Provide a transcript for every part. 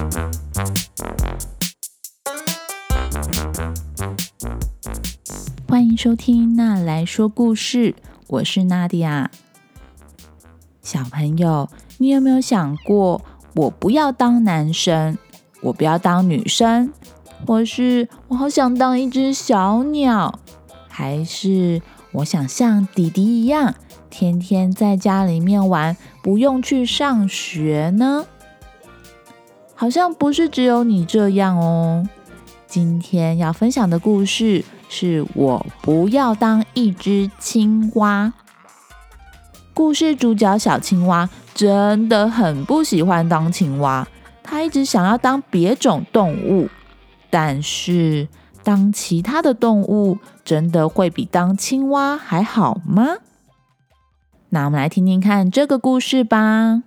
欢迎收听娜来说故事，我是娜迪亚。小朋友，你有没有想过，我不要当男生，我不要当女生，或是我好想当一只小鸟，还是我想像弟弟一样，天天在家里面玩，不用去上学呢？好像不是只有你这样哦。今天要分享的故事是我不要当一只青蛙。故事主角小青蛙真的很不喜欢当青蛙，它一直想要当别种动物，但是当其他的动物真的会比当青蛙还好吗？那我们来听听看这个故事吧。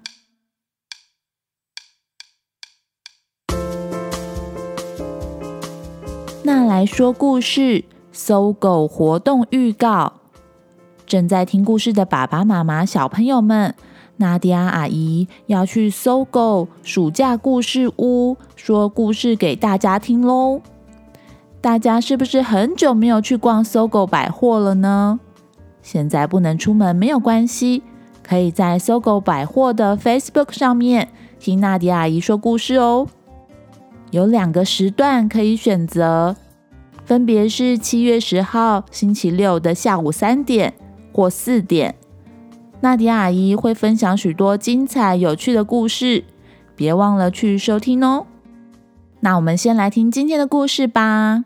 那来说故事，搜狗活动预告。正在听故事的爸爸妈妈、小朋友们，娜迪亚阿姨要去搜狗暑假故事屋说故事给大家听咯。大家是不是很久没有去逛搜狗百货了呢？现在不能出门没有关系，可以在搜狗百货的 Facebook 上面听娜迪亚阿姨说故事哦。有2个时段可以选择，分别是7月10号星期六的下午3点或4点。娜迪亚阿姨会分享许多精彩有趣的故事，别忘了去收听哦。那我们先来听今天的故事吧。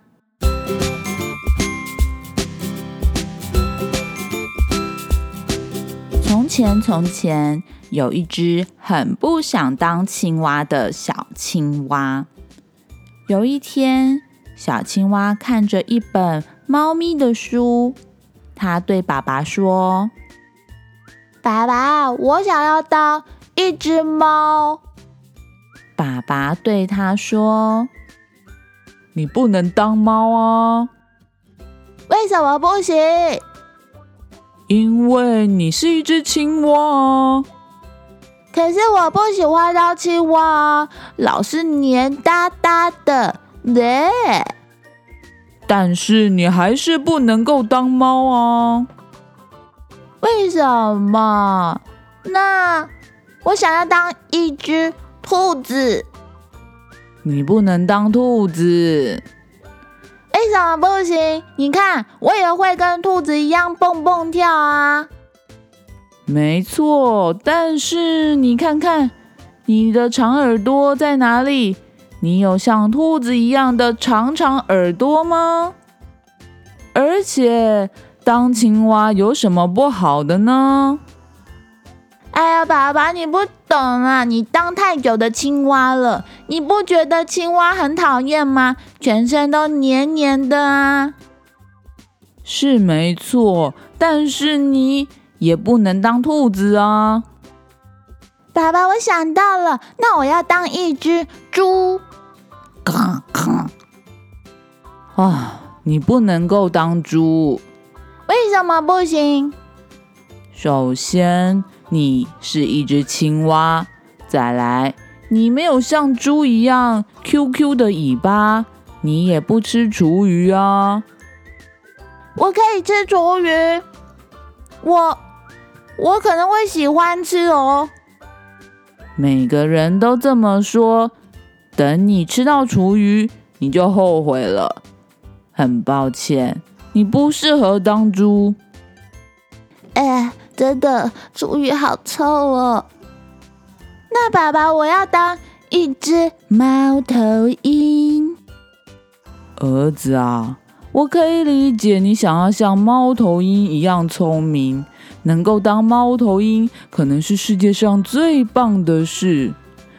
从前从前，有一只很不想当青蛙的小青蛙。有一天，小青蛙看着一本猫咪的书，他对爸爸说：爸爸，我想要当一只猫。爸爸对他说：你不能当猫啊。为什么不行？因为你是一只青蛙啊。可是我不喜欢当青蛙啊，老是黏哒哒的。但是你还是不能够当猫啊。为什么？那我想要当一只兔子。你不能当兔子。为什么不行？你看，我也会跟兔子一样蹦蹦跳啊。没错，但是你看看，你的长耳朵在哪里？你有像兔子一样的长长耳朵吗？而且，当青蛙有什么不好的呢？哎呀，爸爸，你不懂啊！你当太久的青蛙了，你不觉得青蛙很讨厌吗？全身都黏黏的啊。是没错，但是你也不能当兔子啊。爸爸，我想到了，那我要当一只猪。你不能够当猪。为什么不行？首先，你是一只青蛙，再来，你没有像猪一样 QQ 的尾巴，你也不吃厨余啊。我可以吃厨余，我可能会喜欢吃哦。每个人都这么说，等你吃到厨余，你就后悔了。很抱歉，你不适合当猪。真的，厨余好臭哦。那爸爸，我要当一只猫头鹰。儿子啊，我可以理解你想要像猫头鹰一样聪明，能够当猫头鹰可能是世界上最棒的事。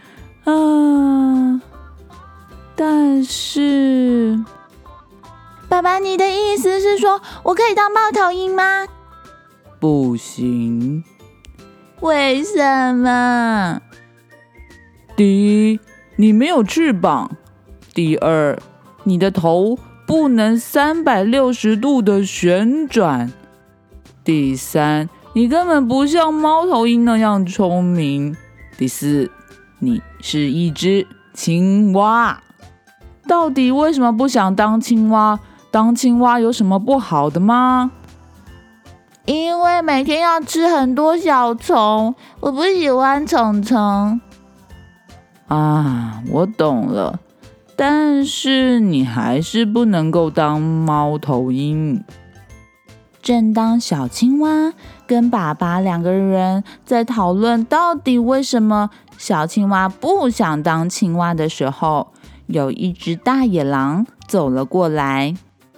但是，爸爸，你的意思是说我可以当猫头鹰吗？不行。为什么？第一，你没有翅膀；第二，你的头不能360度的旋转；第三，你根本不像猫头鹰那样聪明；第四，你是一只青蛙。到底为什么不想当青蛙？当青蛙有什么不好的吗？因为每天要吃很多小虫，我不喜欢虫虫。啊，我懂了，但是你还是不能够当猫头鹰。正当小青蛙跟爸爸两个人在讨论到底为什么小青蛙不想当青蛙的时候，有一只大野狼走了过来。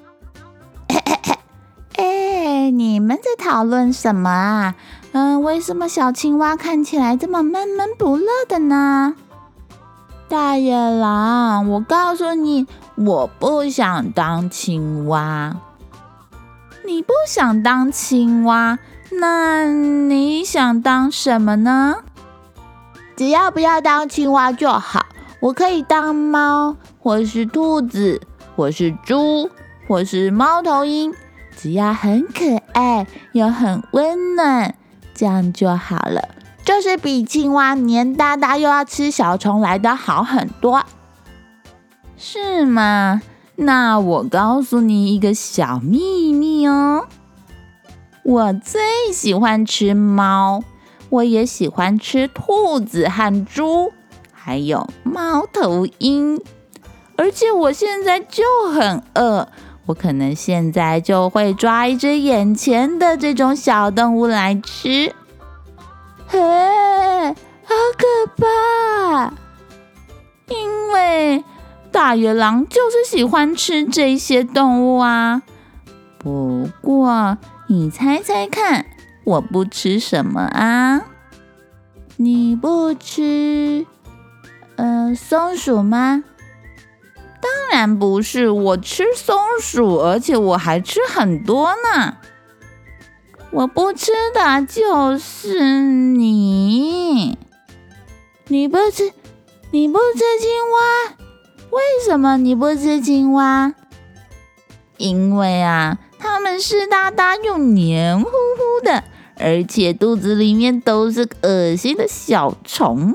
你们在讨论什么啊？为什么小青蛙看起来这么闷闷不乐的呢？大野狼，我告诉你，我不想当青蛙。你不想当青蛙，那你想当什么呢？只要不要当青蛙就好。我可以当猫，或是兔子，或是猪，或是猫头鹰，只要很可爱又很温暖，这样就好了。就是比青蛙黏哒哒又要吃小虫来的好很多。是吗？那我告诉你一个小秘密哦，我最喜欢吃猫，我也喜欢吃兔子和猪，还有猫头鹰。而且我现在就很饿，我可能现在就会抓一只眼前的这种小动物来吃。嘿，好可怕！因为大野狼就是喜欢吃这些动物啊。不过你猜猜看，我不吃什么啊？你不吃松鼠吗？当然不是，我吃松鼠，而且我还吃很多呢。我不吃的就是你。你不吃青蛙？为什么你不吃青蛙？因为啊，它们湿哒哒又黏糊糊的，而且肚子里面都是恶心的小虫。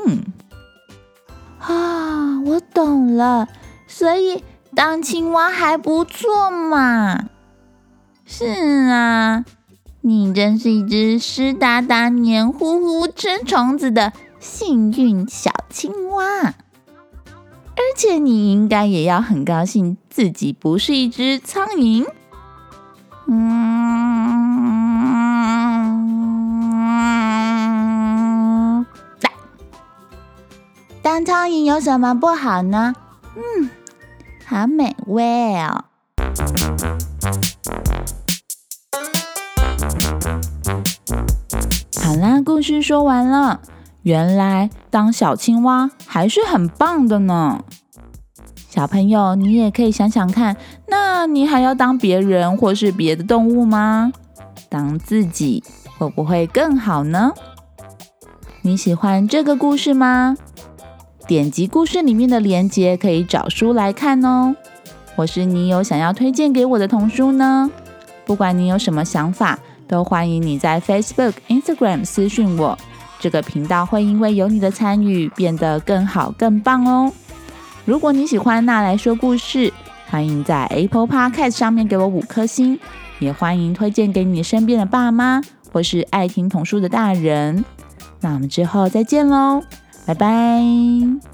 啊，我懂了，所以当青蛙还不错嘛。是啊，你真是一只湿哒哒、黏糊糊、吃虫子的幸运小青蛙。而且你应该也要很高兴自己不是一只苍蝇。当苍蝇有什么不好呢？好美味哦。好啦，故事说完了。原来当小青蛙还是很棒的呢。小朋友，你也可以想想看，那你还要当别人或是别的动物吗？当自己会不会更好呢？你喜欢这个故事吗？点击故事里面的连结可以找书来看哦。或是你有想要推荐给我的童书呢？不管你有什么想法，都欢迎你在 Facebook、Instagram 私讯我。这个频道会因为有你的参与变得更好更棒哦。如果你喜欢那来说故事，欢迎在 Apple Podcast 上面给我5颗星，也欢迎推荐给你身边的爸妈或是爱听童书的大人。那我们之后再见咯，拜拜。